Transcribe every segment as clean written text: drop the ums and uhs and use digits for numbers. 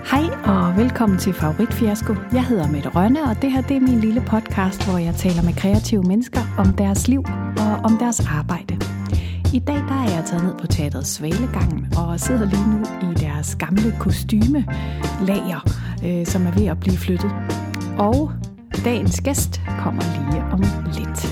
Hej og velkommen til Favoritfiasko. Jeg hedder Mette Rønne, og det her det er min lille podcast, hvor jeg taler med kreative mennesker om deres liv og om deres arbejde. I dag der er jeg taget ned på teatret Svalegangen og sidder lige nu i deres gamle kostymelager, som er ved at blive flyttet. Og dagens gæst kommer lige om lidt.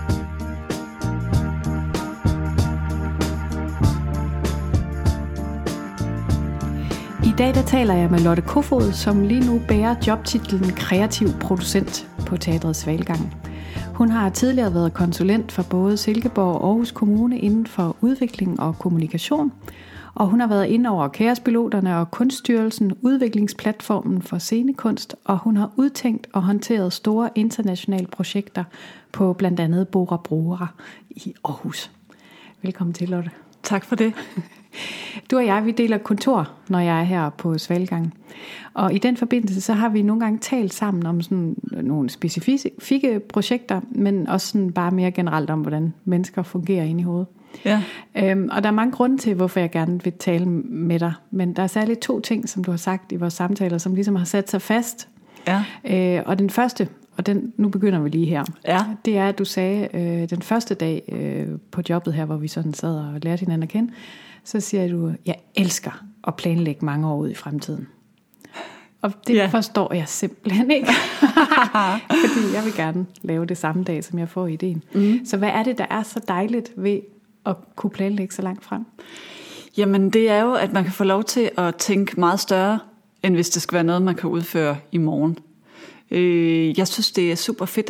I dag der taler jeg med Lotte Kofod, som lige nu bærer jobtitlen kreativ producent på teatret Svalegangen. Hun har tidligere været konsulent for både Silkeborg og Aarhus Kommune inden for udvikling og kommunikation. Og hun har været inde over Kaospiloterne og Kunststyrelsen, udviklingsplatformen for scenekunst, og hun har udtænkt og håndteret store internationale projekter på blandt andet Bora Bora i Aarhus. Velkommen til, Lotte. Tak for det. Du og jeg, vi deler kontor, når jeg er her på Svalegangen. Og i den forbindelse, så har vi nogle gange talt sammen om sådan nogle specifikke projekter, men også sådan bare mere generelt om, hvordan mennesker fungerer inde i hovedet. Ja. Og der er mange grunde til, hvorfor jeg gerne vil tale med dig. Men der er særligt 2 ting, som du har sagt i vores samtaler, som ligesom har sat sig fast. Ja. Og den første, og nu begynder vi lige her. Ja. Det er, at du sagde den første dag på jobbet her, hvor vi sådan sad og lærte hinanden at kende, så siger du, jeg elsker at planlægge mange år ud i fremtiden. Og det forstår jeg simpelthen ikke. Fordi jeg vil gerne lave det samme dag, som jeg får ideen. Mm. Så hvad er det, der er så dejligt ved at kunne planlægge så langt frem? Jamen det er jo, at man kan få lov til at tænke meget større, end hvis det skal være noget, man kan udføre i morgen. Jeg synes, det er super fedt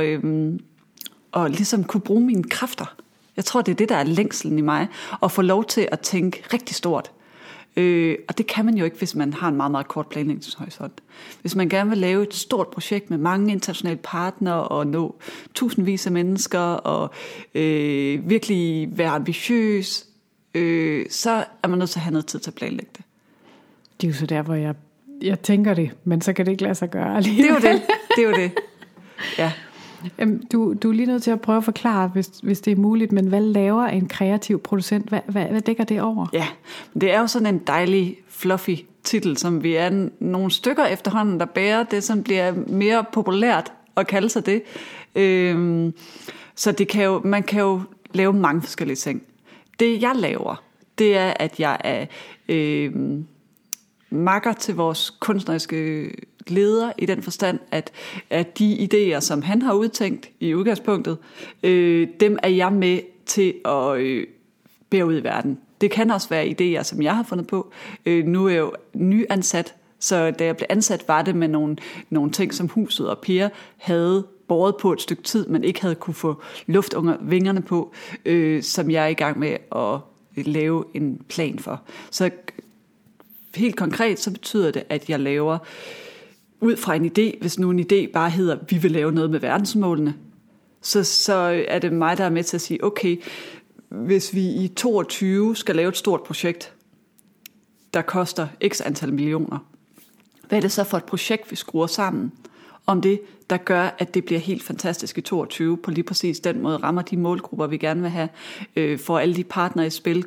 at ligesom kunne bruge mine kræfter. Jeg tror, det er det, der er længselen i mig. At få lov til at tænke rigtig stort. Og det kan man jo ikke, hvis man har en meget, meget kort planlægningshorisont. Hvis man gerne vil lave et stort projekt med mange internationale partnere og nå tusindvis af mennesker og virkelig være ambitiøs, så er man nødt til at have noget tid til at planlægge det. Det er jo så der, hvor jeg tænker det, men så kan det ikke lade sig gøre alligevel. Det er jo det. Ja. Du er lige nødt til at prøve at forklare, hvis det er muligt, men hvad laver en kreativ producent? Hvad dækker det over? Ja, det er jo sådan en dejlig, fluffy titel, som vi er nogle stykker efterhånden, der bærer det, som bliver mere populært at kalde sig det. Så man kan jo lave mange forskellige ting. Det jeg laver, det er, at jeg er makker til vores kunstneriske leder i den forstand, at de idéer, som han har udtænkt i udgangspunktet, dem er jeg med til at bære ud i verden. Det kan også være idéer, som jeg har fundet på. Nu er jeg jo nyansat, så da jeg blev ansat, var det med nogle ting, som huset og Per havde båret på et stykke tid, men ikke havde kunne få luft under vingerne på, som jeg er i gang med at lave en plan for. Så helt konkret, så betyder det, at jeg laver ud fra en idé, hvis nu en idé bare hedder, vi vil lave noget med verdensmålene, så er det mig, der er med til at sige, okay, hvis vi i 22 skal lave et stort projekt, der koster x antal millioner, hvad er det så for et projekt, vi skruer sammen om det, der gør, at det bliver helt fantastisk i 22, på lige præcis den måde rammer de målgrupper, vi gerne vil have, for alle de partnere i spil,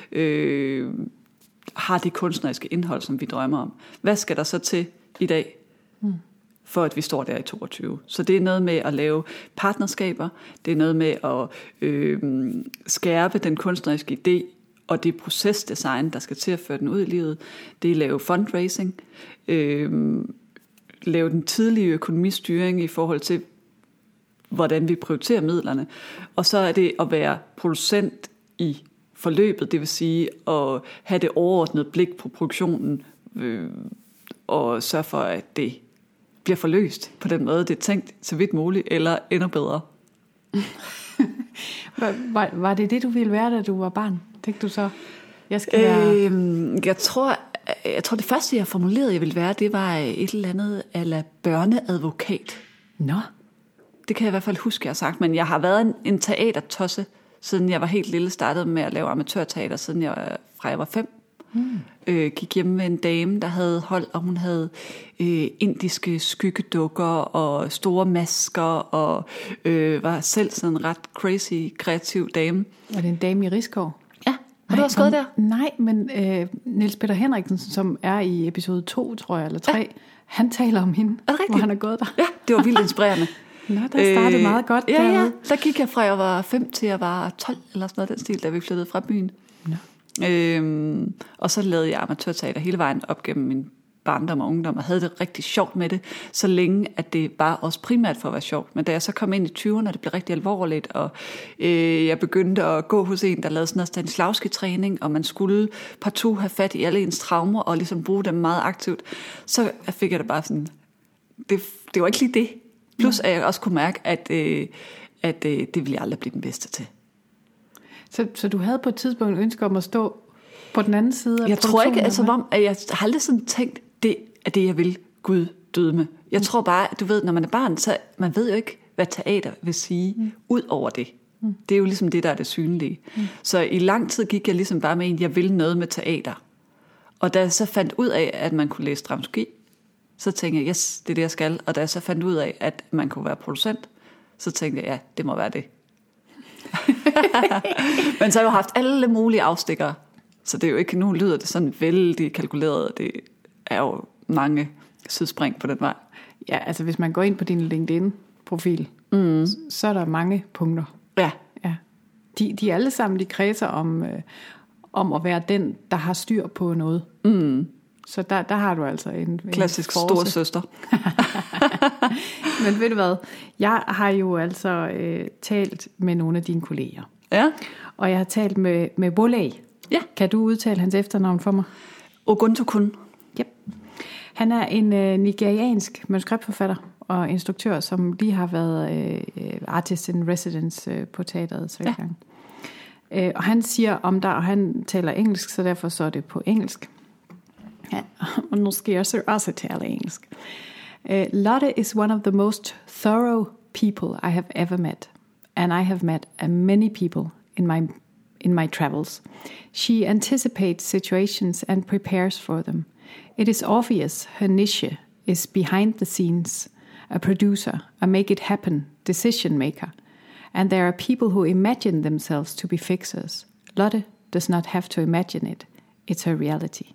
har det kunstneriske indhold, som vi drømmer om. Hvad skal der så til i dag, for at vi står der i 22? Så det er noget med at lave partnerskaber, det er noget med at skærpe den kunstneriske idé, og det procesdesign, der skal til at føre den ud i livet. Det er at lave fundraising, lave den tidlige økonomistyring i forhold til, hvordan vi prioriterer midlerne. Og så er det at være producent i forløbet, det vil sige at have det overordnede blik på produktionen, og sørge for, at det bliver forløst på den måde, det er tænkt så vidt muligt, eller endnu bedre. Var det det, du ville være, da du var barn? Tænkte du så, jeg skal være... Jeg tror, det første, jeg formulerede, jeg ville være, det var et eller andet ala børneadvokat. Nå. Det kan jeg i hvert fald huske, jeg har sagt, men jeg har været en teatertosse, siden jeg var helt lille, startede med at lave amatørteater, fra jeg var 5. Gik hjem med en dame, der havde hold, og hun havde indiske skyggedukker og store masker, og var selv sådan en ret crazy, kreativ dame. Var det en dame i Risskov? Ja, Har du også gået der? Nej, men Niels Peter Henriksen, som er i episode 2, tror jeg, eller 3, han taler om hende, hvor han er gået der. Ja, det var vildt inspirerende. Nå, der startede meget godt derude. Ja, der gik jeg fra, jeg var 5 til jeg var 12, eller sådan noget den stil, da vi flyttede fra byen. Ja. Og så lavede jeg amatørteater hele vejen op gennem min barndom og ungdom, og havde det rigtig sjovt med det, så længe at det var også primært for at være sjovt. Men da jeg så kom ind i 20'erne, og det blev rigtig alvorligt, og jeg begyndte at gå hos en, der lavede sådan noget Stanislavski-træning, og man skulle partout have fat i alle ens traumer, og ligesom bruge dem meget aktivt, så fik jeg det bare sådan, det var ikke lige det. Plus at jeg også kunne mærke, at det ville jeg aldrig blive den bedste til. Så du havde på et tidspunkt ønske om at stå på den anden side af jeg tror ikke, altså om, at jeg har aldrig sådan tænkt, det er det, jeg vil, Gud døde med. Jeg tror bare, du ved, når man er barn, så man ved jo ikke, hvad teater vil sige, ud over det. Det er jo ligesom det, der er det synlige. Så i lang tid gik jeg ligesom bare med en, jeg vil noget med teater. Og da jeg så fandt ud af, at man kunne læse dramaturgi, så tænkte jeg, yes, det er det, jeg skal. Og da jeg så fandt ud af, at man kunne være producent, så tænkte jeg, ja, det må være det. Men så har jeg jo haft alle mulige afstikkere. Så det er jo ikke, nu lyder det sådan vældig kalkuleret. Det er jo mange sidespring på den vej. Ja, altså hvis man går ind på din LinkedIn-profil, så er der mange punkter. Ja. De alle sammen, de kredser om at være den, der har styr på noget. Så der har du altså en klassisk store søster. Men ved du hvad, jeg har jo altså talt med nogle af dine kolleger. Ja. Og jeg har talt med Wole. Ja. Kan du udtale hans efternavn for mig? Oguntokun. Yep. Han er en nigeriansk manuskriptforfatter og instruktør, som lige har været artist in residence på teateret Svalgang. Ja. Og han siger om dig, og han taler engelsk, så derfor så er det på engelsk. Ja, og nu skal jeg så også tale engelsk. Lotte is one of the most thorough people I have ever met, and I have met many people in my travels. She anticipates situations and prepares for them. It is obvious her niche is behind the scenes, a producer, a make it happen decision maker, and there are people who imagine themselves to be fixers. Lotte does not have to imagine it. It's her reality.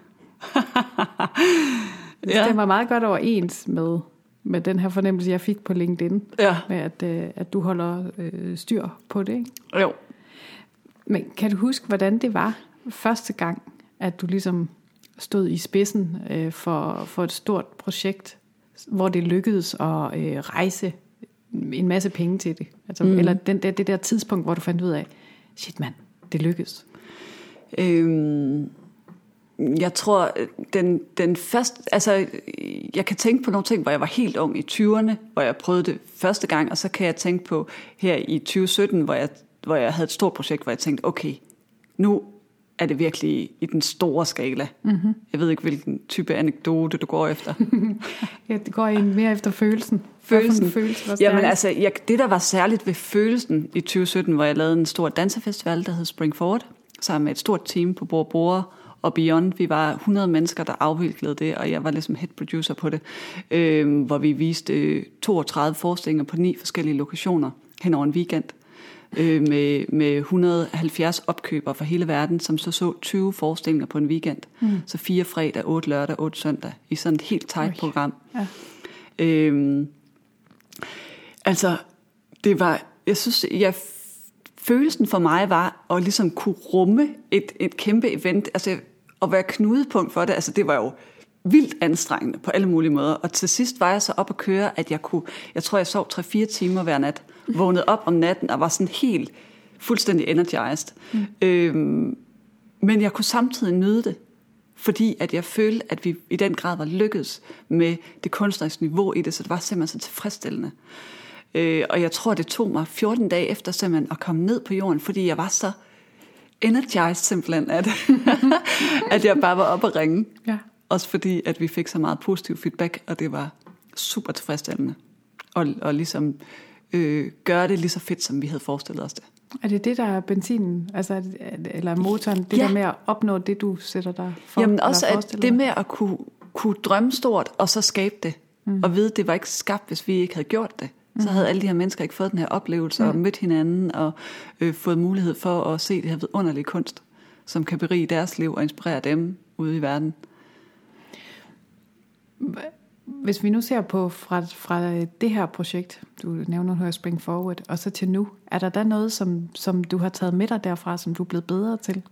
Det stemmer meget godt overens med den her fornemmelse, jeg fik på LinkedIn. Ja. Med at du holder styr på det, ikke? Jo. Men kan du huske, hvordan det var første gang, at du ligesom stod i spidsen for et stort projekt, hvor det lykkedes at rejse en masse penge til det? Altså, eller det der tidspunkt, hvor du fandt ud af, shit mand, det lykkedes. Jeg tror, den første, altså jeg kan tænke på nogle ting, hvor jeg var helt ung i 20'erne, hvor jeg prøvede det første gang, og så kan jeg tænke på her i 2017, hvor jeg havde et stort projekt, hvor jeg tænkte, okay, nu er det virkelig i den store skala. Mm-hmm. Jeg ved ikke, hvilken type anekdote du går efter. Ja, det går egentlig mere efter følelsen. Jamen altså, det der var særligt ved følelsen i 2017, hvor jeg lavede en stor dansefestival, der hed Spring Forward, sammen med et stort team på Bora og Beyond. Vi var 100 mennesker, der afviklede det, og jeg var ligesom head producer på det, hvor vi viste 32 forestillinger på 9 forskellige lokationer hen over en weekend, med 170 opkøbere fra hele verden, som så 20 forestillinger på en weekend. Så 4 fredag, 8 lørdag, 8 søndag, i sådan et helt tight program. Ja. Altså, det var, jeg synes, følelsen for mig var at ligesom kunne rumme et kæmpe event, altså at være knudepunkt for det, altså det var jo vildt anstrengende på alle mulige måder, og til sidst var jeg så op at køre, at jeg tror jeg sov 3-4 timer hver nat, vågnede op om natten og var sådan helt fuldstændig energized. Men jeg kunne samtidig nyde det, fordi at jeg følte, at vi i den grad var lykkedes med det kunstneriske niveau i det, så det var simpelthen så tilfredsstillende. Og jeg tror, det tog mig 14 dage efter simpelthen at komme ned på jorden, fordi jeg var så energized simpelthen af det, at jeg bare var oppe at ringe. Ja. Også fordi, at vi fik så meget positiv feedback, og det var super tilfredsstillende. Og ligesom gøre det lige så fedt, som vi havde forestillet os det. Er det der er benzinen, altså, eller motoren, det der med at opnå det, du sætter dig for? Jamen også at det med at kunne drømme stort, og så skabe det, og vide, at det var ikke skabt, hvis vi ikke havde gjort det. Så havde alle de her mennesker ikke fået den her oplevelse, og mødt hinanden, og fået mulighed for at se det her vidunderlige kunst. som kan berige deres liv og inspirere dem ude i verden. Hvis vi nu ser på fra det her projekt, du nævner her Spring Forward, og så til nu, er der da noget, som du har taget med dig derfra, som du er blevet bedre til?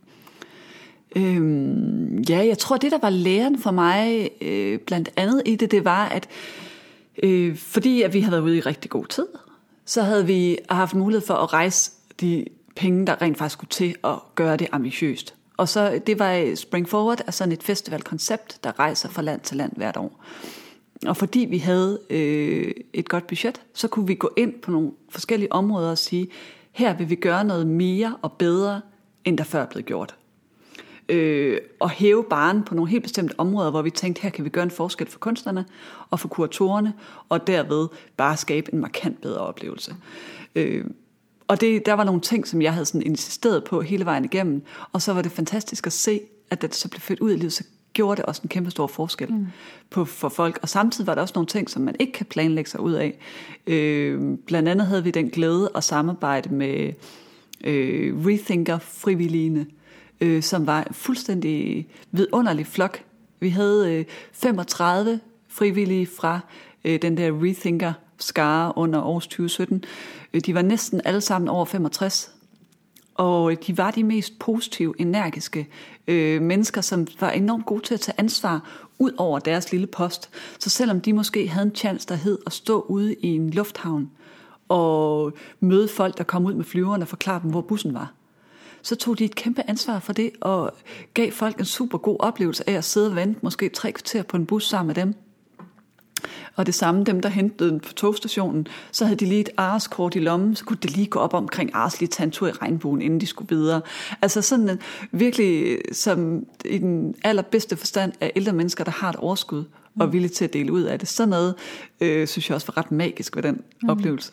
Ja, jeg tror, det der var læren for mig, blandt andet i det var, at fordi at vi havde været ude i rigtig god tid, så havde vi haft mulighed for at rejse de penge, der rent faktisk skulle til at gøre det ambitiøst. Og så det var Spring Forward, er sådan et festivalkoncept, der rejser fra land til land hvert år. Og fordi vi havde et godt budget, så kunne vi gå ind på nogle forskellige områder og sige, her vil vi gøre noget mere og bedre, end der før er blevet gjort. Og hæve barren på nogle helt bestemte områder, hvor vi tænkte, her kan vi gøre en forskel for kunstnerne og for kuratorerne, og derved bare skabe en markant bedre oplevelse. Og der var nogle ting, som jeg havde sådan insisteret på hele vejen igennem, og så var det fantastisk at se, at det så blev ført ud i livet, så gjorde det også en kæmpe stor forskel for folk. Og samtidig var der også nogle ting, som man ikke kan planlægge sig ud af. Blandt andet havde vi den glæde at samarbejde med Rethinker-frivilligene, som var en fuldstændig vidunderlig flok. Vi havde 35 frivillige fra den der Rethinker-skare under års 2017. De var næsten alle sammen over 65. Og de var de mest positive, energiske mennesker, som var enormt gode til at tage ansvar ud over deres lille post. Så selvom de måske havde en chance, der hed at stå ude i en lufthavn og møde folk, der kom ud med flyverne og forklare dem, hvor bussen var, så tog de et kæmpe ansvar for det og gav folk en super god oplevelse af at sidde og vente måske 3 kvarter på en bus sammen med dem. Og det samme, dem der hentede den på togstationen, så havde de lige et Ars-kort i lommen, så kunne de lige gå op omkring Ars, lige tage en tur i regnbuen, inden de skulle videre. Altså sådan en, virkelig som i den allerbedste forstand af ældre mennesker, der har et overskud og er villige til at dele ud af det. Sådan noget, synes jeg også var ret magisk ved den oplevelse.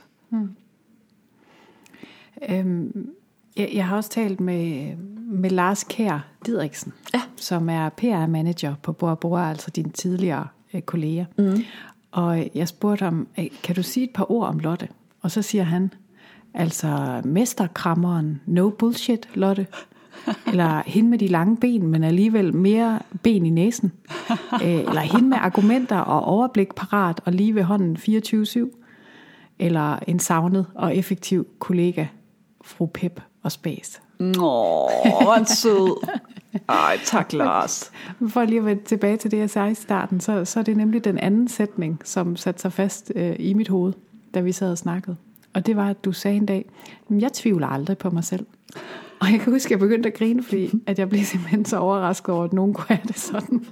Jeg har også talt med Lars Kjær Didriksen, som er PR-manager på Bora Bora, altså din tidligere kollega. Og jeg spurgte ham, kan du sige et par ord om Lotte? Og så siger han, altså mesterkrammeren, no bullshit Lotte. Eller hende med de lange ben, men alligevel mere ben i næsen. Eller hende med argumenter og overblik parat og lige ved hånden 24/7. Eller en savnet og effektiv kollega, fru Pep og Spas. Hvor er sød. Ej, tak Lars. For lige at vende tilbage til det, jeg sagde i starten, så er det nemlig den anden sætning, som satte sig fast i mit hoved, da vi sad og snakkede. Og det var, at du sagde en dag, jeg tvivler aldrig på mig selv. Og jeg kan huske, at jeg begyndte at grine, fordi at jeg blev simpelthen så overrasket over, at nogen kunne have det sådan.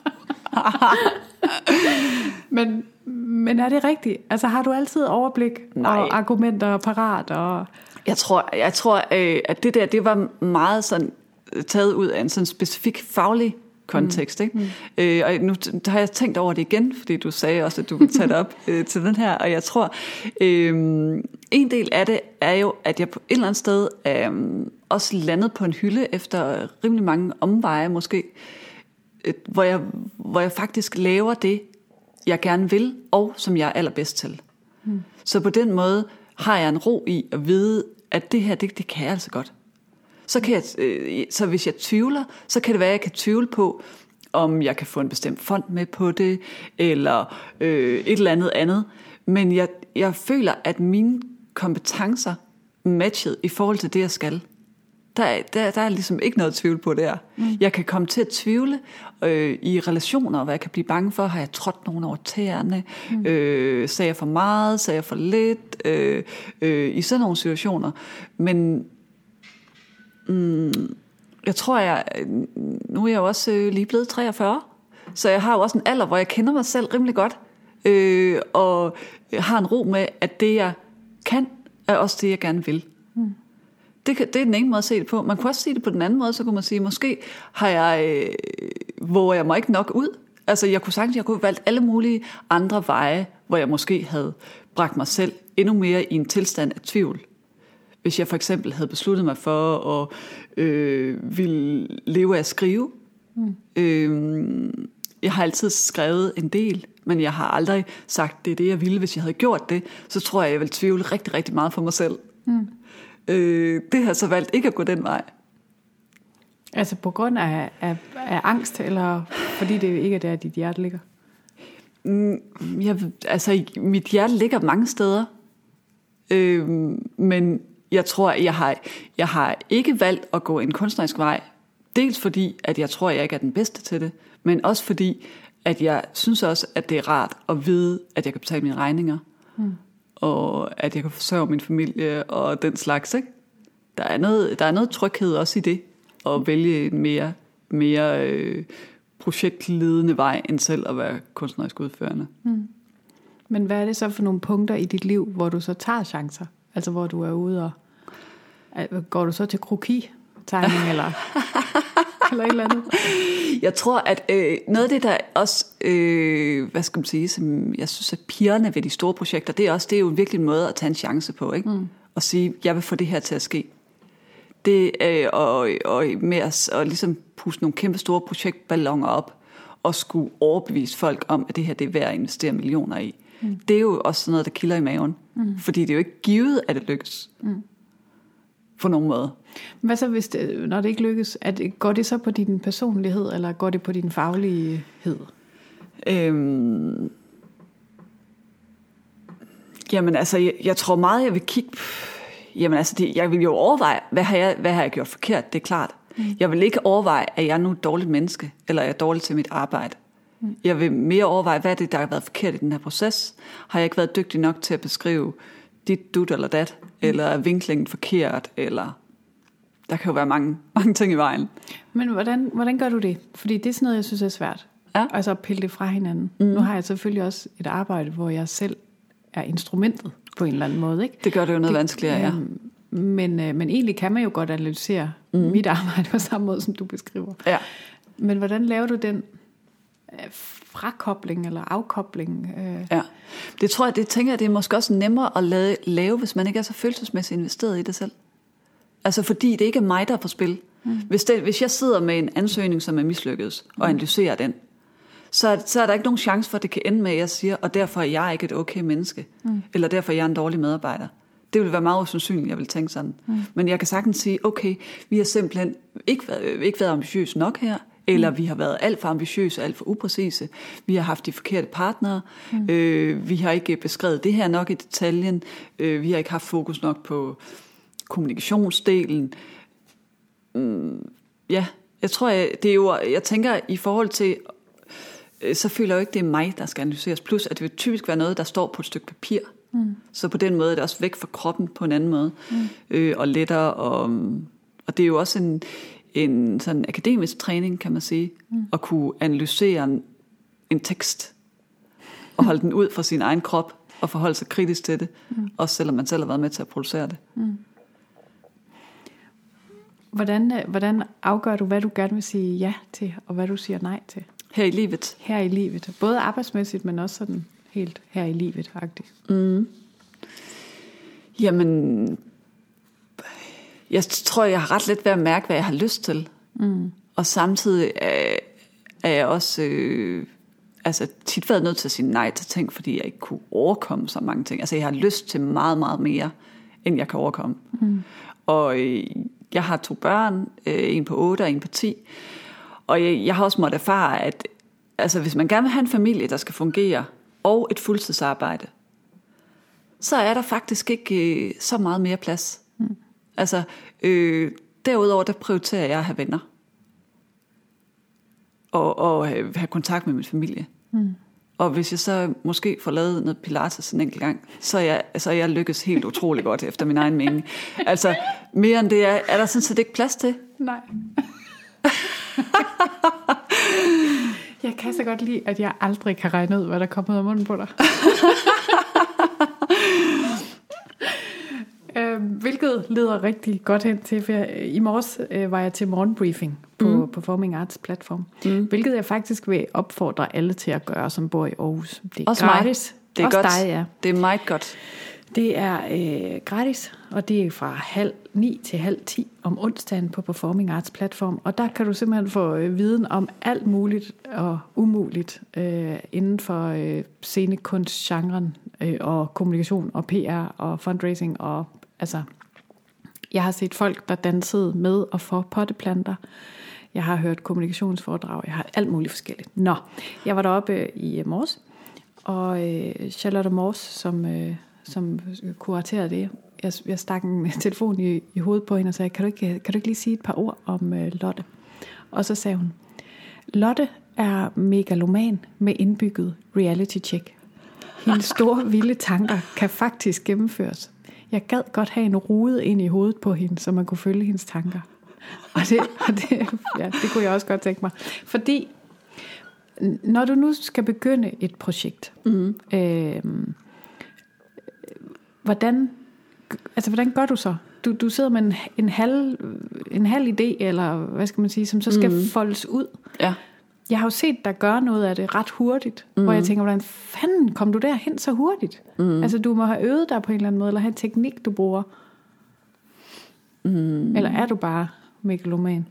Men er det rigtigt? Altså har du altid overblik og argumenter parat? Og Jeg tror, at det der, det var meget sådan taget ud af en sådan specifik faglig kontekst. Ikke? Og nu har jeg tænkt over det igen, fordi du sagde også, at du ville tage det op til den her. Og jeg tror, en del af det er jo, at jeg på et eller andet sted også landet på en hylde efter rimelig mange omveje måske, hvor jeg faktisk laver det, jeg gerne vil, og som jeg er allerbedst til. Så på den måde har jeg en ro i at vide, at det her, det kan jeg altså godt. Så hvis jeg tvivler, så kan det være, at jeg kan tvivle på, om jeg kan få en bestemt fond med på det, eller et eller andet. Men jeg føler, at mine kompetencer matchet i forhold til det, jeg skal. Der er ligesom ikke noget tvivl på der. Jeg kan komme til at tvivle i relationer, hvad jeg kan blive bange for. Har jeg trådt nogen over tæerne? Sagde jeg for meget? Sagde jeg for lidt? I sådan nogle situationer. Men jeg tror, nu er jeg jo også lige blevet 43, så jeg har jo også en alder, hvor jeg kender mig selv rimelig godt, og har en ro med, at det jeg kan, er også det jeg gerne vil. Det er den ene måde at se det på. Man kunne også se det på den anden måde, så kunne man sige, måske våger jeg mig ikke nok ud. Altså jeg kunne have valgt alle mulige andre veje, hvor jeg måske havde bragt mig selv endnu mere i en tilstand af tvivl. Hvis jeg for eksempel havde besluttet mig for at ville leve af at skrive. Jeg har altid skrevet en del, men jeg har aldrig sagt, det er det, jeg ville. Hvis jeg havde gjort det, så tror jeg ville tvivle rigtig, rigtig meget for mig selv. Det har så valgt ikke at gå den vej. Altså på grund af angst, eller fordi det ikke er der, dit hjerte ligger? Mit hjerte ligger mange steder. Men jeg tror, at jeg har ikke valgt at gå en kunstnerisk vej. Dels fordi, at jeg tror, at jeg ikke er den bedste til det. Men også fordi, at jeg synes også, at det er rart at vide, at jeg kan betale mine regninger. Og at jeg kan forsørge min familie og den slags, ikke? Der er noget tryghed også i det. At vælge en mere projektledende vej, end selv at være kunstnerisk udførende. Men hvad er det så for nogle punkter i dit liv, hvor du så tager chancer? Altså hvor du er ude og... Går du så til kroki-tegning eller et eller andet? Jeg tror, at noget af det, der også, hvad skal man sige, som jeg synes er pigerne ved de store projekter, det er jo virkelig en måde at tage en chance på, ikke? Og sige, jeg vil få det her til at ske. Det og med at ligesom puste nogle kæmpe store projektballoner op og skulle overbevise folk om, at det her det er værd at investere millioner i. Det er jo også noget, der kilder i maven. Fordi det er jo ikke givet, at det lykkes. På nogen måde. Hvad så, når det ikke lykkes? Går det så på din personlighed, eller går det på din faglighed? Jamen altså, jeg tror meget, jeg vil kigge... Jamen altså, jeg vil jo overveje, hvad har jeg gjort forkert, det er klart. Jeg vil ikke overveje, at jeg er nu et dårligt menneske, eller jeg er dårlig til mit arbejde. Jeg vil mere overveje, hvad er det, der har været forkert i den her proces. Har jeg ikke været dygtig nok til at beskrive dit, dut eller dat, eller er vinklingen forkert, eller der kan jo være mange ting i vejen. Men hvordan gør du det? Fordi det er sådan noget, jeg synes er svært. Ja. Altså at pille det fra hinanden. Nu har jeg selvfølgelig også et arbejde, hvor jeg selv er instrumentet på en eller anden måde, ikke? Det gør det jo noget vanskeligere, ja. Men egentlig kan man jo godt analysere mit arbejde på samme måde, som du beskriver. Ja. Men hvordan laver du den frakobling eller afkobling? Ja, det tror jeg, det er måske også nemmere at lave, hvis man ikke er så følelsesmæssigt investeret i det selv. Altså fordi det ikke er mig, der er på spil. Hvis jeg sidder med en ansøgning, som er mislykkedes, og analyserer den, så er der ikke nogen chance for, at det kan ende med, at jeg siger, og derfor er jeg ikke et okay menneske, eller derfor er jeg en dårlig medarbejder. Det vil være meget usandsynligt, jeg vil tænke sådan. Men jeg kan sagtens sige, okay, vi har simpelthen ikke været ambitiøse nok her, eller vi har været alt for ambitiøse, alt for upræcise. Vi har haft de forkerte partnere. Vi har ikke beskrevet det her nok i detaljen. Vi har ikke haft fokus nok på kommunikationsdelen. Ja, jeg tror, jeg tænker i forhold til, så føler jeg jo ikke, det er mig, der skal analyseres. Plus, at det vil typisk være noget, der står på et stykke papir. Så på den måde er det også væk fra kroppen på en anden måde. Og lettere. Og det er jo også en sådan akademisk træning, kan man sige, at kunne analysere en tekst og holde den ud fra sin egen krop og forholde sig kritisk til det, også selvom man selv har været med til at producere det. Hvordan afgør du, hvad du gerne vil sige ja til, og hvad du siger nej til? Her i livet? Her i livet. Både arbejdsmæssigt, men også sådan helt her i livet-agtigt. Jamen... Jeg tror, jeg har ret let ved at mærke, hvad jeg har lyst til. Og samtidig er jeg også tit været nødt til at sige nej til ting, fordi jeg ikke kunne overkomme så mange ting. Altså jeg har lyst til meget, meget mere, end jeg kan overkomme. Og jeg har 2 børn, en på 8 og en på 10. Og jeg har også måttet erfare, at altså, hvis man gerne vil have en familie, der skal fungere, og et fuldtidsarbejde, så er der faktisk ikke så meget mere plads. Altså, derudover, der prioriterer jeg at have venner. Og have kontakt med min familie. Og hvis jeg så måske får lavet noget pilates en enkelt gang, så er jeg lykkes helt utrolig godt efter min egen mening. Altså, mere end det er der sådan set ikke plads til. Nej. Jeg kan så godt lide, at jeg aldrig kan regne ud, hvad der kommer ud af munden på dig. Hvilket leder rigtig godt hen til, for i morges var jeg til morgenbriefing på Performing Arts platform, hvilket jeg faktisk vil opfordre alle til at gøre, som bor i Aarhus. Det er også gratis. Mig. Det er også godt. Dig, ja. Det er meget godt. Det er gratis, og det er fra 8:30 til 9:30 om onsdagen på Performing Arts platform. Og der kan du simpelthen få viden om alt muligt og umuligt inden for scenekunstgenren og kommunikation og PR og fundraising. Og altså, jeg har set folk, der dansede med og for potteplanter. Jeg har hørt kommunikationsforedrag, jeg har alt muligt forskelligt. Nå, jeg var deroppe i morges, og Charlotte Mors, som kuraterer det, jeg stak en telefon i hovedet på hende og sagde, kan du ikke lige sige et par ord om Lotte? Og så sagde hun, Lotte er megaloman med indbygget reality check. Hendes store, vilde tanker kan faktisk gennemføres. Jeg gad godt have en rude ind i hovedet på hende, så man kunne følge hendes tanker. Og det kunne jeg også godt tænke mig. Fordi, når du nu skal begynde et projekt, hvordan gør du så? Du sidder med en halv idé, eller hvad skal man sige, som så skal foldes ud. Ja. Jeg har jo set dig gøre noget af det ret hurtigt, hvor jeg tænker, hvordan fanden kom du derhen så hurtigt? Altså du må have øvet dig på en eller anden måde, eller have en teknik, du bruger. Eller er du bare megaloman?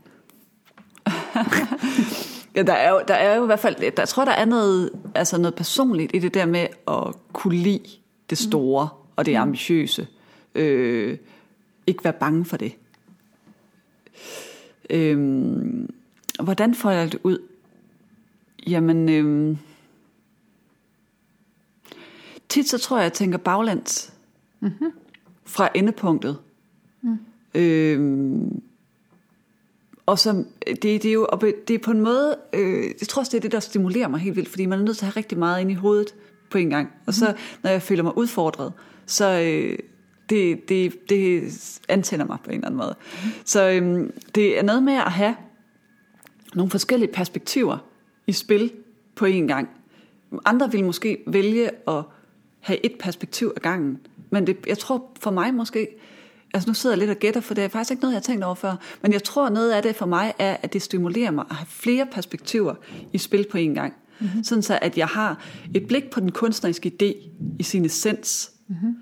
Ja, der er jo i hvert fald, jeg tror, der er noget personligt i det der med at kunne lide det store og det ambitiøse. Ikke være bange for det. Hvordan får jeg det ud? Jamen, tit så tror jeg tænker baglæns fra endepunktet. Og så, det er jo det er på en måde, jeg tror også, det er det, der stimulerer mig helt vildt, fordi man er nødt til at have rigtig meget ind i hovedet på en gang. Og så, når jeg føler mig udfordret, så det antænder mig på en eller anden måde. Så det er noget med at have nogle forskellige perspektiver i spil på en gang. Andre vil måske vælge at have et perspektiv ad gangen, men jeg tror for mig måske, altså nu sidder jeg lidt og gætter, for det er faktisk ikke noget, jeg har tænkt over før, men jeg tror, noget af det for mig er, at det stimulerer mig at have flere perspektiver i spil på en gang. Sådan så, at jeg har et blik på den kunstneriske idé i sin essens.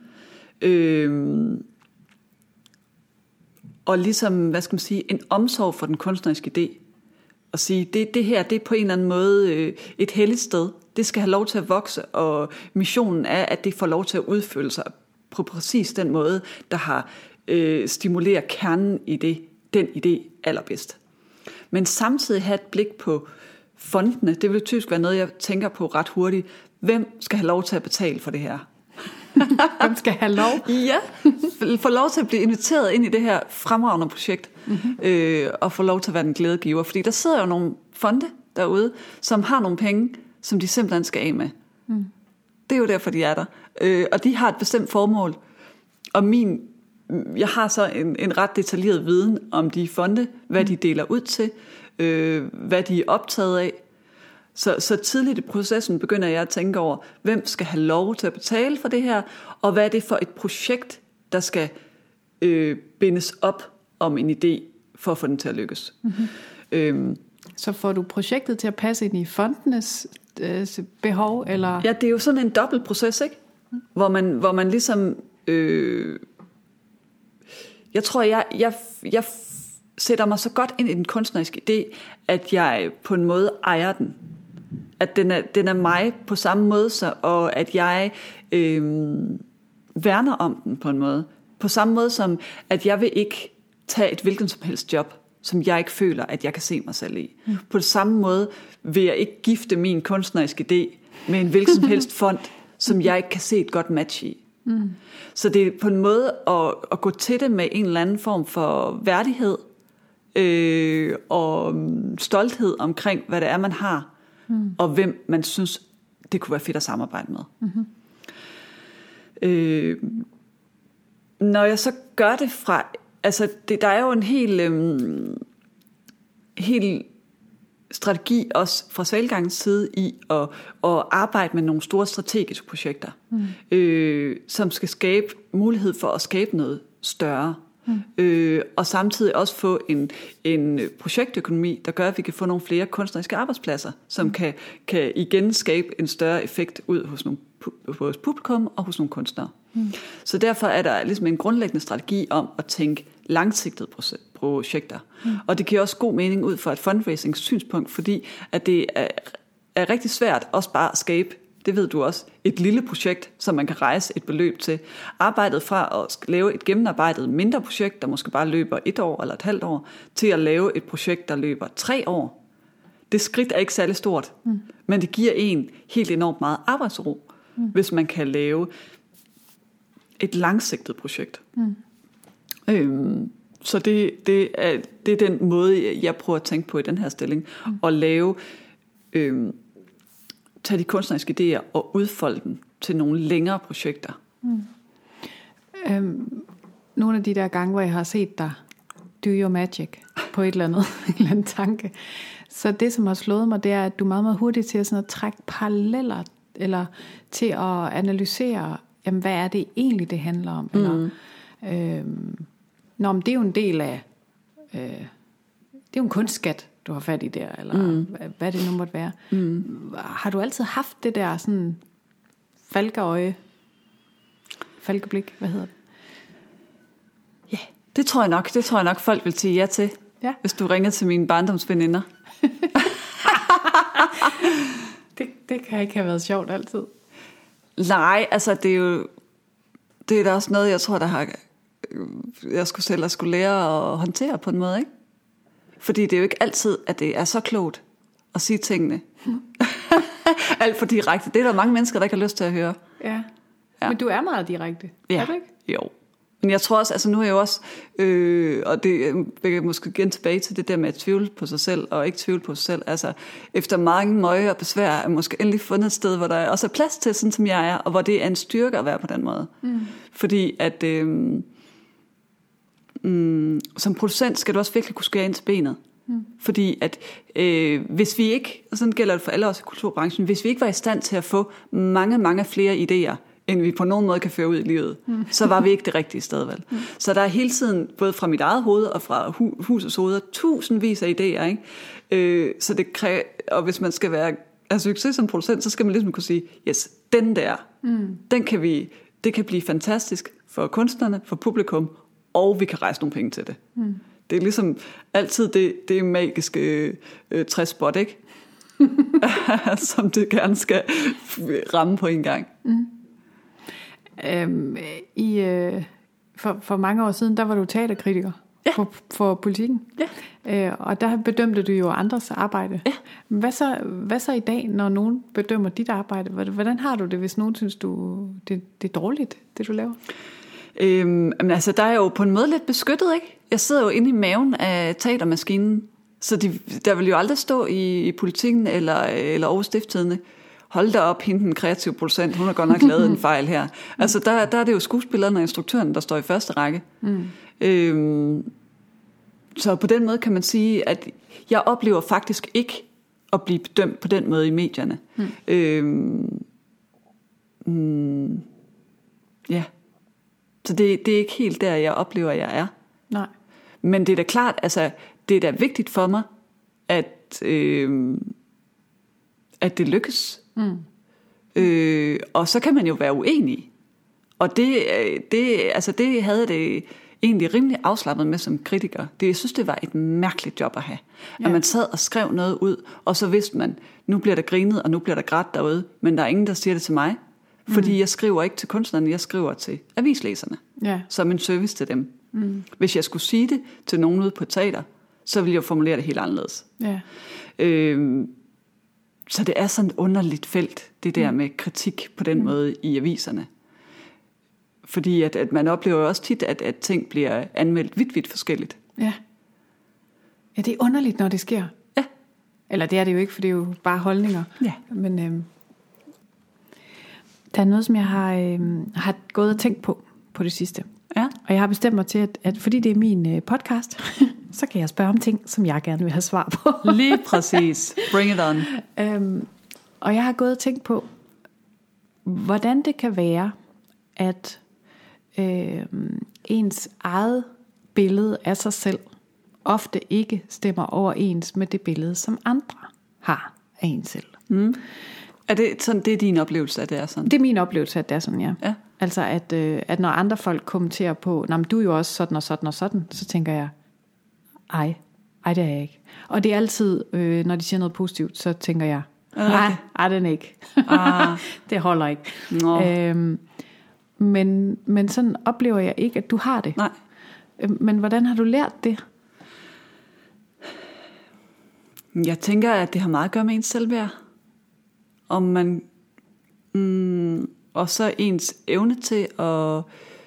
Og ligesom, hvad skal man sige, en omsorg for den kunstneriske idé. Og sige, det her, det er på en eller anden måde et helligt sted. Det skal have lov til at vokse, og missionen er, at det får lov til at udfylde sig på præcis den måde, der har stimuleret kernen i den idé allerbedst. Men samtidig have et blik på fondene. Det vil typisk være noget, jeg tænker på ret hurtigt. Hvem skal have lov til at betale for det her? Hvem skal have lov? Ja, få lov til at blive inviteret ind i det her fremragende projekt, og få lov til at være den glædegiver. Fordi der sidder jo nogle fonde derude, som har nogle penge, som de simpelthen skal af med. Det er jo derfor, de er der. Og de har et bestemt formål. Og jeg har så en ret detaljeret viden om de fonde, hvad de deler ud til, hvad de er optaget af. Så tidligt i processen begynder jeg at tænke over, hvem skal have lov til at betale for det her, og hvad er det for et projekt, der skal bindes op om en idé, for at få den til at lykkes. Så får du projektet til at passe ind i fondenes behov? Eller? Ja, det er jo sådan en dobbelt proces, ikke? Hvor man ligesom... jeg tror, jeg sætter mig så godt ind i den kunstneriske idé, at jeg på en måde ejer den. At den er mig på samme måde, og at jeg værner om den på en måde. På samme måde som, at jeg vil ikke tage et hvilken som helst job, som jeg ikke føler, at jeg kan se mig selv i. På den samme måde vil jeg ikke gifte min kunstneriske idé med en hvilken som helst fond, som jeg ikke kan se et godt match i. Så det er på en måde at gå til det med en eller anden form for værdighed og stolthed omkring, hvad det er, man har, og hvem man synes, det kunne være fedt at samarbejde med. Når jeg så gør det fra... Altså, der er jo en hel strategi også fra Svalgangens side i at arbejde med nogle store strategiske projekter, som skal skabe mulighed for at skabe noget større. Og samtidig også få en projektøkonomi, der gør, at vi kan få nogle flere kunstneriske arbejdspladser, som kan igen skabe en større effekt ud hos publikum og hos nogle kunstnere. Så derfor er der ligesom en grundlæggende strategi om at tænke langsigtede projekter. Og det giver også god mening ud fra et fundraising synspunkt, fordi at det er rigtig svært også bare at skabe det ved du også, et lille projekt, som man kan rejse et beløb til. Arbejdet fra at lave et gennemarbejdet mindre projekt, der måske bare løber 1 år eller et halvt år, til at lave et projekt, der løber 3 år. Det skridt er ikke særlig stort, men det giver en helt enormt meget arbejdsro, hvis man kan lave et langsigtet projekt. Så det er den måde, jeg prøver at tænke på i den her stilling, at lave, tage de kunstneriske idéer og udfolde dem til nogle længere projekter. Nogle af de der gange, hvor jeg har set dig do your magic på et eller andet, en eller anden tanke, så det, som har slået mig, det er, at du er meget, meget hurtig til at, sådan at trække paralleller, eller til at analysere, jamen, hvad er det egentlig, det handler om, eller men det er jo en del af, det er jo en kunstskat, du har fat i der, eller hvad det nu måtte være. Har du altid haft det der sådan falkeblik, hvad hedder det? Ja, det tror jeg nok, folk vil sige ja til, hvis du ringer til mine barndomsveninder. det kan ikke have været sjovt altid. Nej, altså det er da også noget, jeg tror, jeg skulle lære at håndtere på en måde, ikke? Fordi det er jo ikke altid, at det er så klogt at sige tingene. Alt for direkte. Det er der mange mennesker, der ikke har lyst til at høre. Ja. Men du er meget direkte, er du ikke? Jo. Men jeg tror også, altså nu er jeg jo også, og det vil jeg måske igen tilbage til det der med at tvivle på sig selv, og ikke tvivle på sig selv. Altså, efter mange møje og besvær, er jeg måske endelig fundet et sted, hvor der også er plads til, sådan som jeg er, og hvor det er en styrke at være på den måde. Fordi at som producent skal du også virkelig kunne skære ind til benet. Fordi at hvis vi ikke, og sådan gælder det for alle os i kulturbranchen, hvis vi ikke var i stand til at få mange, mange flere idéer, end vi på nogen måde kan føre ud i livet, så var vi ikke det rigtige sted, vel? Så der er hele tiden, både fra mit eget hoved og fra husets hoveder, tusindvis af idéer, ikke? Så det kræver, og hvis man skal være succes som producent, så skal man ligesom kunne sige, yes, den der, det kan blive fantastisk for kunstnerne, for publikum, og vi kan rejse nogle penge til det. Det er ligesom altid det magiske træspot, ikke? Som det gerne skal ramme på en gang. For mange år siden, der var du teaterkritiker for Politikken. Og der bedømte du jo andres arbejde. Hvad så i dag, når nogen bedømmer dit arbejde? Hvordan har du det, hvis nogen synes, det er dårligt, det du laver? Altså, der er jo på en måde lidt beskyttet, ikke? Jeg sidder jo inde i maven af teatermaskinen, så der vil jo aldrig stå i Politikken eller Aarhus Stiftstidende, hold da op, hende den kreative producent, hun har godt nok lavet en fejl her. Altså, der er det jo skuespilleren og instruktøren, der står i første række. Så på den måde kan man sige, at jeg oplever faktisk ikke at blive bedømt på den måde i medierne. Ja. Så det er ikke helt der, jeg oplever, at jeg er. Nej. Men det er da klart, altså, det er da vigtigt for mig, at det lykkes. Og så kan man jo være uenig. Og det havde det egentlig rimelig afslappet med som kritiker. Jeg synes, det var et mærkeligt job at have. At man sad og skrev noget ud, og så vidste man, nu bliver der grinet, og nu bliver der grædt derude, men der er ingen, der siger det til mig. Fordi jeg skriver ikke til kunstnerne, jeg skriver til avislæserne. Som en service til dem. Hvis jeg skulle sige det til nogen ude på teater, så ville jeg formulere det helt anderledes. Så det er sådan et underligt felt, det der med kritik på den måde i aviserne. Fordi at man oplever også tit, at ting bliver anmeldt vidt forskelligt. Ja, det er underligt, når det sker. Ja. Eller det er det jo ikke, for det er jo bare holdninger. Ja. Men der er noget, som jeg har gået og tænkt på det sidste. Ja. Og jeg har bestemt mig til, at fordi det er min podcast, så kan jeg spørge om ting, som jeg gerne vil have svar på. Lige præcis. Bring it on. Og jeg har gået og tænkt på, hvordan det kan være, at ens eget billede af sig selv ofte ikke stemmer overens med det billede, som andre har af en selv. Er det sådan, det er din oplevelse, at det er sådan? Det er min oplevelse, at det er sådan, ja. Altså, at når andre folk kommenterer på, nej, men du er jo også sådan og sådan og sådan, så tænker jeg, ej, det er jeg ikke. Og det er altid, når de siger noget positivt, så tænker jeg, Nej, den ikke. Det holder ikke. Men sådan oplever jeg ikke, at du har det. Nej. Men hvordan har du lært det? Jeg tænker, at det har meget at gøre med ens selvværd. Om man... og så ens evne til at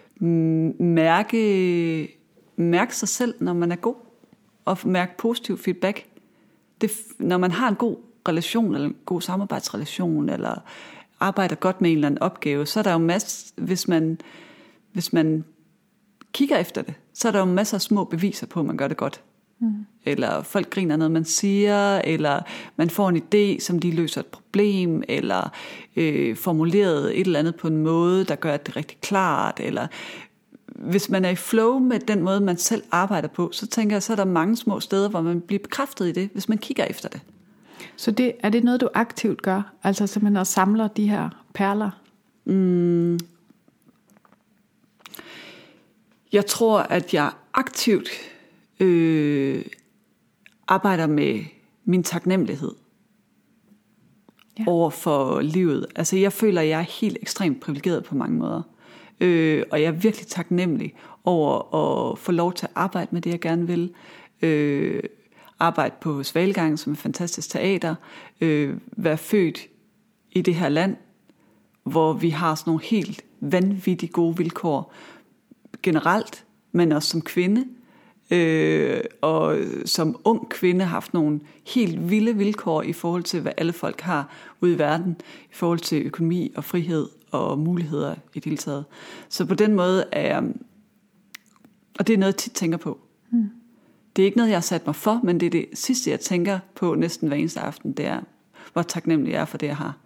mærke sig selv, når man er god. Og mærke positiv feedback. Når man har en god relation, eller en god samarbejdsrelation, eller arbejder godt med en eller anden opgave, så er der jo masser, hvis man kigger efter det, så er der jo masser af små beviser på, at man gør det godt. Eller folk griner noget, man siger, eller man får en idé, som de løser et problem, eller formuleret et eller andet på en måde, der gør det rigtig klart, eller hvis man er i flow med den måde, man selv arbejder på, så tænker jeg, så er der mange små steder, hvor man bliver bekræftet i det, hvis man kigger efter det. Så er det noget, du aktivt gør? Altså simpelthen at samle de her perler? Jeg tror, at jeg aktivt arbejder med min taknemmelighed over for livet. Altså jeg føler, at jeg er helt ekstremt privilegeret på mange måder. Og jeg er virkelig taknemmelig over at få lov til at arbejde med det, jeg gerne vil. Arbejde på Svalgang, som er et fantastisk teater. Være født i det her land, hvor vi har sådan nogle helt vanvittigt gode vilkår generelt, men også som kvinde. Og som ung kvinde har haft nogle helt vilde vilkår i forhold til, hvad alle folk har ude i verden, i forhold til økonomi og frihed og muligheder i det hele taget. Så på den måde er jeg, og det er noget, jeg tit tænker på. Det er ikke noget, jeg har sat mig for, men det er det sidste, jeg tænker på næsten hver eneste aften, det er, hvor taknemmelig jeg er for det, jeg har.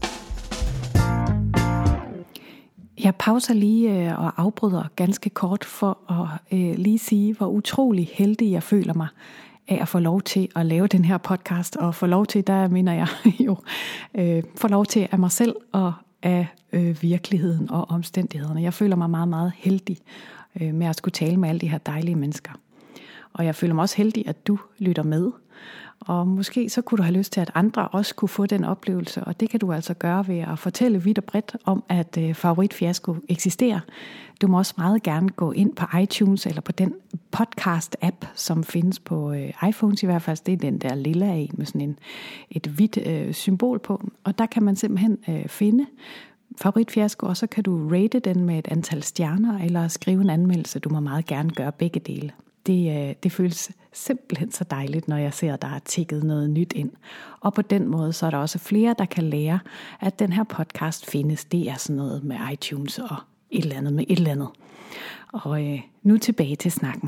Jeg pauser lige og afbryder ganske kort for at lige sige, hvor utrolig heldig jeg føler mig af at få lov til at lave den her podcast, og få lov til, der mener jeg jo, få lov til af mig selv og af virkeligheden og omstændighederne. Jeg føler mig meget, meget heldig med at skulle tale med alle de her dejlige mennesker. Og jeg føler mig også heldig, at du lytter med. Og måske så kunne du have lyst til, at andre også kunne få den oplevelse. Og det kan du altså gøre ved at fortælle vidt og bredt om, at Favoritfiasko eksisterer. Du må også meget gerne gå ind på iTunes eller på den podcast-app, som findes på iPhones i hvert fald. Det er den der lille af med sådan et hvidt symbol på. Og der kan man simpelthen finde Favoritfiasko, og så kan du rate den med et antal stjerner eller skrive en anmeldelse. Du må meget gerne gøre begge dele. Det føles simpelthen så dejligt, når jeg ser, at der er tikket noget nyt ind. Og på den måde, så er der også flere, der kan lære, at den her podcast findes. Det er sådan noget med iTunes og et eller andet med et eller andet. Og nu tilbage til snakken.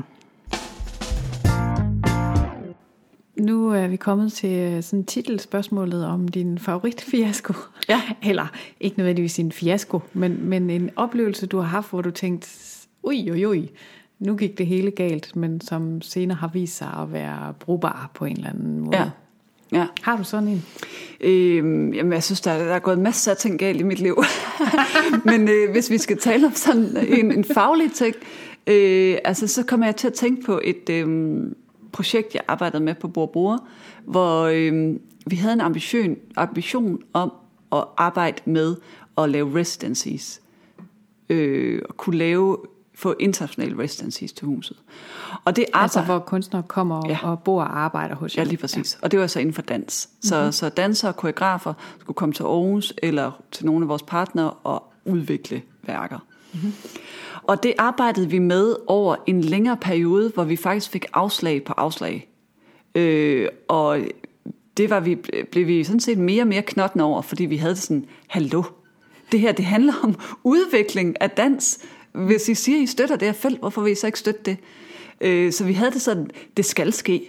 Nu er vi kommet til sådan titelspørgsmålet om din favoritfiasko. Ja. Eller ikke nødvendigvis en fiasko, men en oplevelse, du har haft, hvor du tænkte, ui, nu gik det hele galt, men som senere har vist sig at være brugbar på en eller anden måde. Ja. Har du sådan en? Jamen, jeg synes, der er gået masser af ting galt i mit liv. Men hvis vi skal tale om sådan en faglig ting, altså, så kommer jeg til at tænke på et projekt, jeg arbejdede med på Bor, hvor vi havde en ambition om at arbejde med at lave residencies. Og kunne få internationale residencies til huset. Og det altså hvor kunstnere kommer og bor og arbejder hos jer. Ja, lige præcis. Og det var så inden for dans. Så dansere og koreografer skulle komme til Aarhus eller til nogle af vores partnere og udvikle værker. Og det arbejdede vi med over en længere periode, hvor vi faktisk fik afslag på afslag. Og det blev vi sådan set mere og mere knottende over, fordi vi havde sådan, hallo, det her, det handler om udvikling af dans. Hvis I siger, I støtter det her felt, hvorfor vil I så ikke støtte det? Så vi havde det sådan, det skal ske.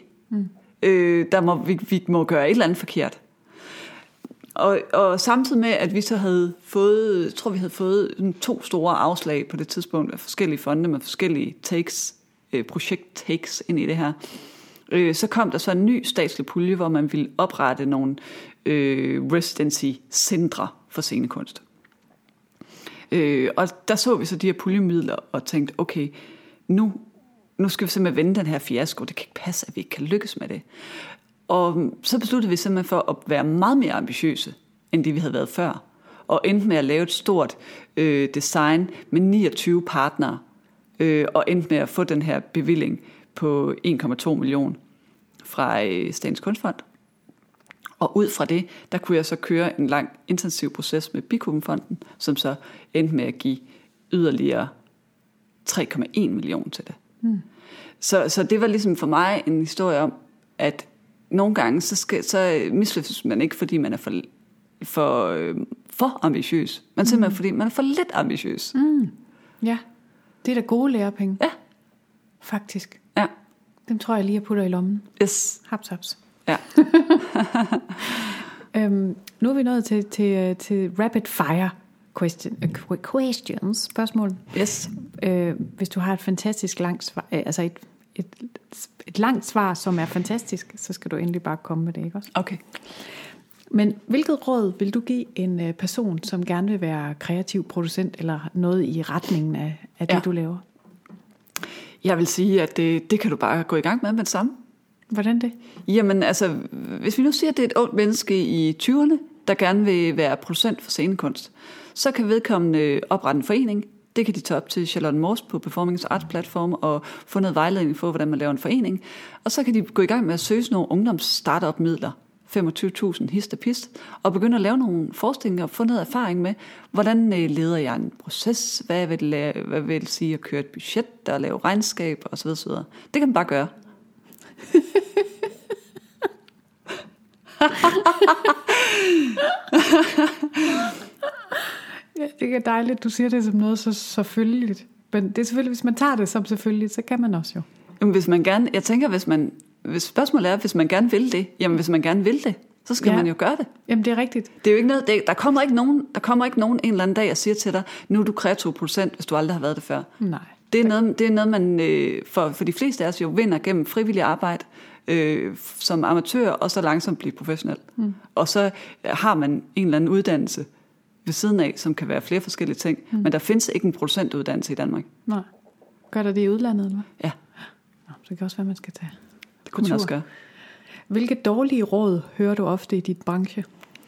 Vi må gøre et eller andet forkert. Og samtidig med, at vi så havde fået, vi havde fået 2 store afslag på det tidspunkt af forskellige fonde med forskellige projekt-takes ind i det her. Så kom der så en ny statslig pulje, hvor man ville oprette nogle residency-centre for scenekunst. Og der så vi så de her puljemidler og tænkte, okay, nu skal vi simpelthen vende den her fiasko. Det kan ikke passe, at vi ikke kan lykkes med det. Og så besluttede vi simpelthen for at være meget mere ambitiøse, end det vi havde været før. Og endte med at lave et stort design med 29 partnere, og endte med at få den her bevilling på 1,2 millioner fra Statens Kunstfond. Og ud fra det, der kunne jeg så køre en lang intensiv proces med Bikubenfonden, som så endte med at give yderligere 3,1 millioner til det. Så det var ligesom for mig en historie om, at nogle gange så mislykkes man ikke, fordi man er for ambitiøs, men simpelthen fordi man er for lidt ambitiøs. Ja, det er da gode lærepenge. Ja. Faktisk. Ja. Dem tror jeg lige, jeg putter i lommen. Yes. Haps. Ja. Nu er vi nået til rapid fire questions, spørgsmål. Yes. Hvis du har et fantastisk langt svar, altså et langt svar, som er fantastisk, så skal du endelig bare komme med det, ikke også? Okay. Men hvilket råd vil du give en person, som gerne vil være kreativ producent, eller noget i retningen af det, du laver? Jeg vil sige, at det kan du bare gå i gang med det samme. Hvordan det? Jamen altså, hvis vi nu siger, at det er et ungt menneske i 20'erne, der gerne vil være producent for scenekunst, så kan vedkommende oprette en forening. Det kan de tage op til Charlotte Mors på Performing Arts Platform og få noget vejledning for, hvordan man laver en forening. Og så kan de gå i gang med at søge nogle ungdoms-startup-midler, 25.000 hist og pist, og begynde at lave nogle forestillinger og få noget erfaring med, hvordan leder jeg en proces, hvad vil det sige at køre et budget, og lave regnskab osv. Det kan man bare gøre. Ja, det er dejligt, du siger det som noget så selvfølgeligt. Men det er selvfølgelig, hvis man tager det som selvfølgeligt, så kan man også jo. Jamen, hvis man gerne, jeg tænker, hvis spørgsmålet er, hvis man gerne vil det, jamen hvis man gerne vil det, så skal man jo gøre det. Jamen det er rigtigt. Det er jo ikke noget, der kommer ikke nogen en eller anden dag og siger til dig, nu er du kreativ producent, hvis du aldrig har været det før. Nej. Det er noget man for de fleste af os jo vinder gennem frivillig arbejde som amatør, og så langsomt blive professionel. Og så har man en eller anden uddannelse ved siden af, som kan være flere forskellige ting, men der findes ikke en producentuddannelse i Danmark. Nej. Gør der det i udlandet, eller hvad? Ja. Nå, så det kan også være, man skal tage. Det kunne man også gøre. Hvilke dårlige råd hører du ofte i dit branche?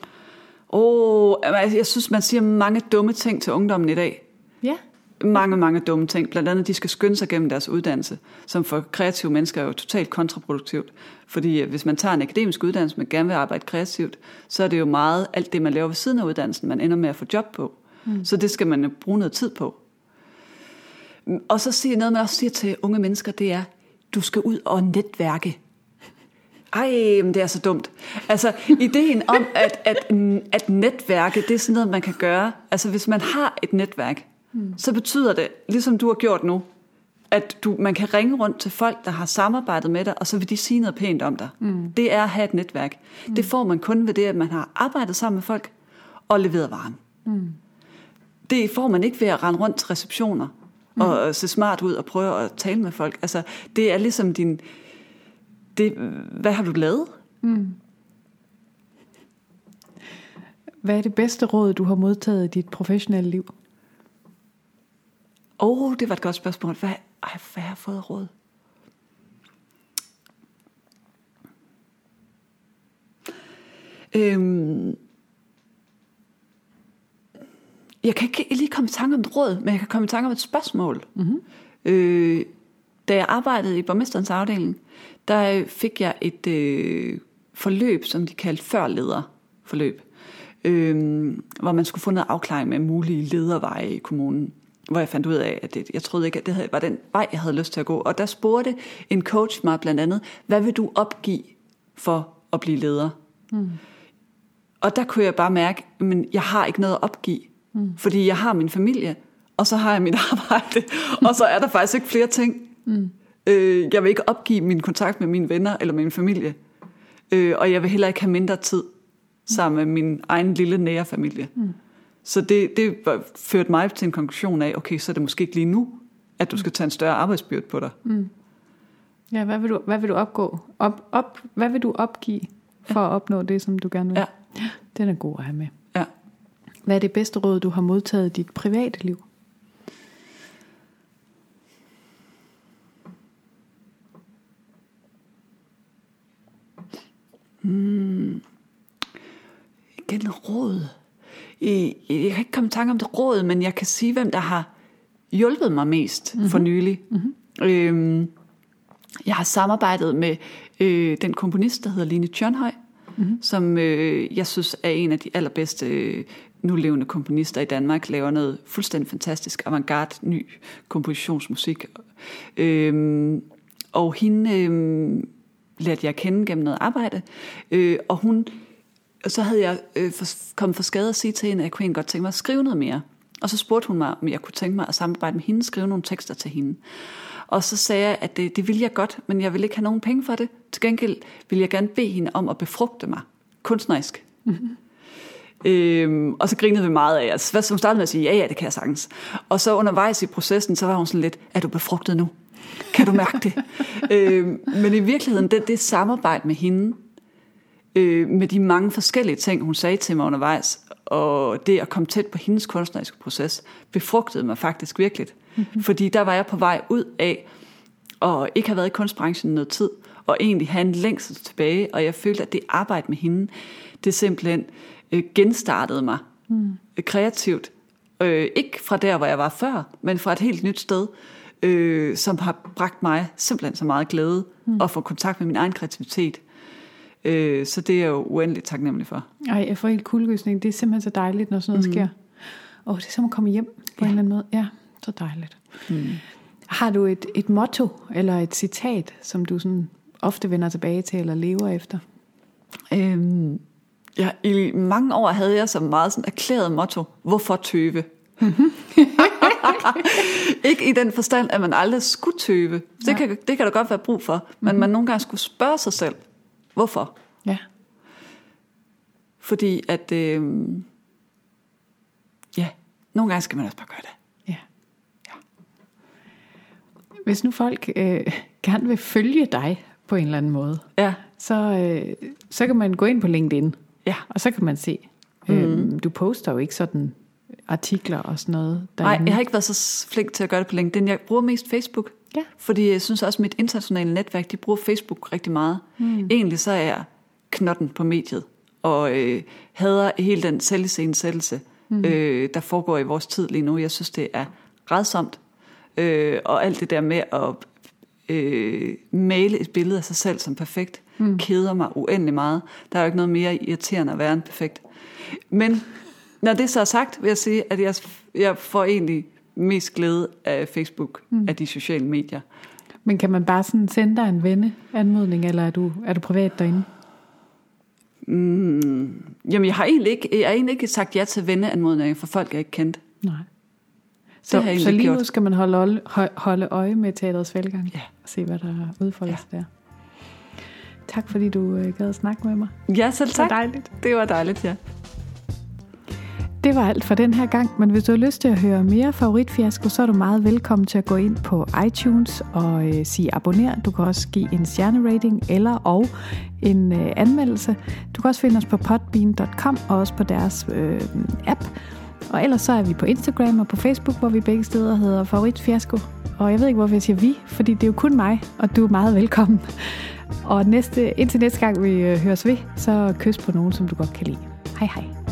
Jeg synes, man siger mange dumme ting til ungdommen i dag. Ja. Mange dumme ting. Blandt andet, de skal skynde sig gennem deres uddannelse, som for kreative mennesker er jo totalt kontraproduktivt. Fordi hvis man tager en akademisk uddannelse, man gerne vil arbejde kreativt, så er det jo meget alt det, man laver ved siden af uddannelsen, man ender med at få job på. Så det skal man bruge noget tid på. Og så siger noget, man også siger til unge mennesker, det er, du skal ud og netværke. Men det er så dumt. Altså, ideen om, at netværke, det er sådan noget, man kan gøre. Altså, hvis man har et netværk, så betyder det, ligesom du har gjort nu, at man kan ringe rundt til folk, der har samarbejdet med dig, og så vil de sige noget pænt om dig. Det er at have et netværk. Det får man kun ved det, at man har arbejdet sammen med folk og leveret varen. Det får man ikke ved at rende rundt til receptioner og se smart ud og prøve at tale med folk. Altså, det er ligesom hvad har du lavet? Hvad er det bedste råd, du har modtaget i dit professionelle liv? Det var et godt spørgsmål. Hvad har jeg fået råd? Jeg kan ikke lige komme i tanke om et råd, men jeg kan komme i tanke om et spørgsmål. Da jeg arbejdede i borgmesterens afdeling, der fik jeg et forløb, som de kaldte førlederforløb, hvor man skulle få noget afklaring med mulige lederveje i kommunen. Hvor jeg fandt ud af, at jeg troede ikke, at det var den vej, jeg havde lyst til at gå. Og der spurgte en coach mig blandt andet, hvad vil du opgive for at blive leder? Og der kunne jeg bare mærke, at jeg har ikke noget at opgive. Fordi jeg har min familie, og så har jeg mit arbejde, og så er der faktisk ikke flere ting. Jeg vil ikke opgive min kontakt med mine venner eller min familie. Og jeg vil heller ikke have mindre tid sammen med min egen lille nære familie. Så det førte mig til en konklusion af, okay, så er det måske ikke lige nu, at du skal tage en større arbejdsbyrde på dig. Ja, hvad vil du opgive for at opnå det, som du gerne vil? Ja. Den er god at have med. Ja. Hvad er det bedste råd, du har modtaget i dit private liv? Igen råd. Jeg kan ikke komme i tanke om det råd, men jeg kan sige, hvem der har hjulpet mig mest for nylig. Jeg har samarbejdet med den komponist, der hedder Line Tjørnhøj, som jeg synes er en af de allerbedste nulevende komponister i Danmark, laver noget fuldstændig fantastisk avantgarde, ny kompositionsmusik. Og hende lærte jeg at kende gennem noget arbejde, og så havde jeg kommet for skade at sige til hende, at jeg kunne godt tænke mig at skrive noget mere. Og så spurgte hun mig, om jeg kunne tænke mig at samarbejde med hende, skrive nogle tekster til hende. Og så sagde jeg, at det ville jeg godt, men jeg ville ikke have nogen penge for det. Til gengæld ville jeg gerne bede hende om at befrugte mig kunstnerisk. Og så grinede vi meget af os. Hun startede med at sige, ja, det kan jeg sagtens. Og så undervejs i processen, så var hun sådan lidt, er du befrugtet nu? Kan du mærke det? Men i virkeligheden, det samarbejde med hende, med de mange forskellige ting, hun sagde til mig undervejs, og det at komme tæt på hendes kunstneriske proces, befrugtede mig faktisk virkelig. Fordi der var jeg på vej ud af, og ikke have været i kunstbranchen noget tid, og egentlig have en længsel tilbage, og jeg følte, at det arbejde med hende, det simpelthen genstartede mig kreativt. Ikke fra der, hvor jeg var før, men fra et helt nyt sted, som har bragt mig simpelthen så meget glæde, at få kontakt med min egen kreativitet. Så det er jeg jo uendeligt taknemmelig for. Ej, jeg får helt kuldegysning. Det er simpelthen så dejligt, når sådan noget sker. Det er som at komme hjem på en eller anden måde. Ja, så dejligt. Har du et motto eller et citat, som du sådan ofte vender tilbage til eller lever efter? Ja, i mange år havde jeg så meget sådan erklæret motto: hvorfor tøve? Ikke i den forstand, at man aldrig skulle tøve. Det kan der godt være brug for, men man nogle gange skulle spørge sig selv, hvorfor? Ja. Fordi at nogle gange skal man også bare gøre det. Ja. Hvis nu folk gerne vil følge dig på en eller anden måde, så kan man gå ind på LinkedIn, og så kan man se. Du poster jo ikke sådan artikler og sådan noget derinde. Nej, jeg har ikke været så flink til at gøre det på LinkedIn. Jeg bruger mest Facebook, fordi jeg synes også, at mit internationale netværk, de bruger Facebook rigtig meget. Egentlig så er jeg knotten på mediet, og hader hele den selviscenesættelse, der foregår i vores tid lige nu. Jeg synes, det er rædsomt, og alt det der med at male et billede af sig selv som perfekt, keder mig uendelig meget. Der er jo ikke noget mere irriterende at være en perfekt. Men når det så er sagt, vil jeg sige, at jeg får egentlig mest glæde af Facebook, af de sociale medier. Men kan man bare sådan sende dig en venneanmodning, eller er du privat derinde? Jamen, jeg har egentlig ikke sagt ja til venneanmodninger for folk, jeg ikke kendt. Nej. Så lige nu skal man holde øje med Teatrets Svælgang, og se, hvad der udfolder sig der. Tak fordi du gad at snakke med mig. Ja, selv tak. Det var dejligt. Det var dejligt, ja. Det var alt for den her gang, men hvis du har lyst til at høre mere Favoritfiasko, så er du meget velkommen til at gå ind på iTunes og sige abonner. Du kan også give en stjernerating og en anmeldelse. Du kan også finde os på podbean.com og også på deres app. Og ellers så er vi på Instagram og på Facebook, hvor vi begge steder hedder Favoritfiasko. Og jeg ved ikke, hvorfor jeg siger vi, fordi det er jo kun mig, og du er meget velkommen. Og indtil næste gang vi høres ved, så kys på nogen, som du godt kan lide. Hej hej.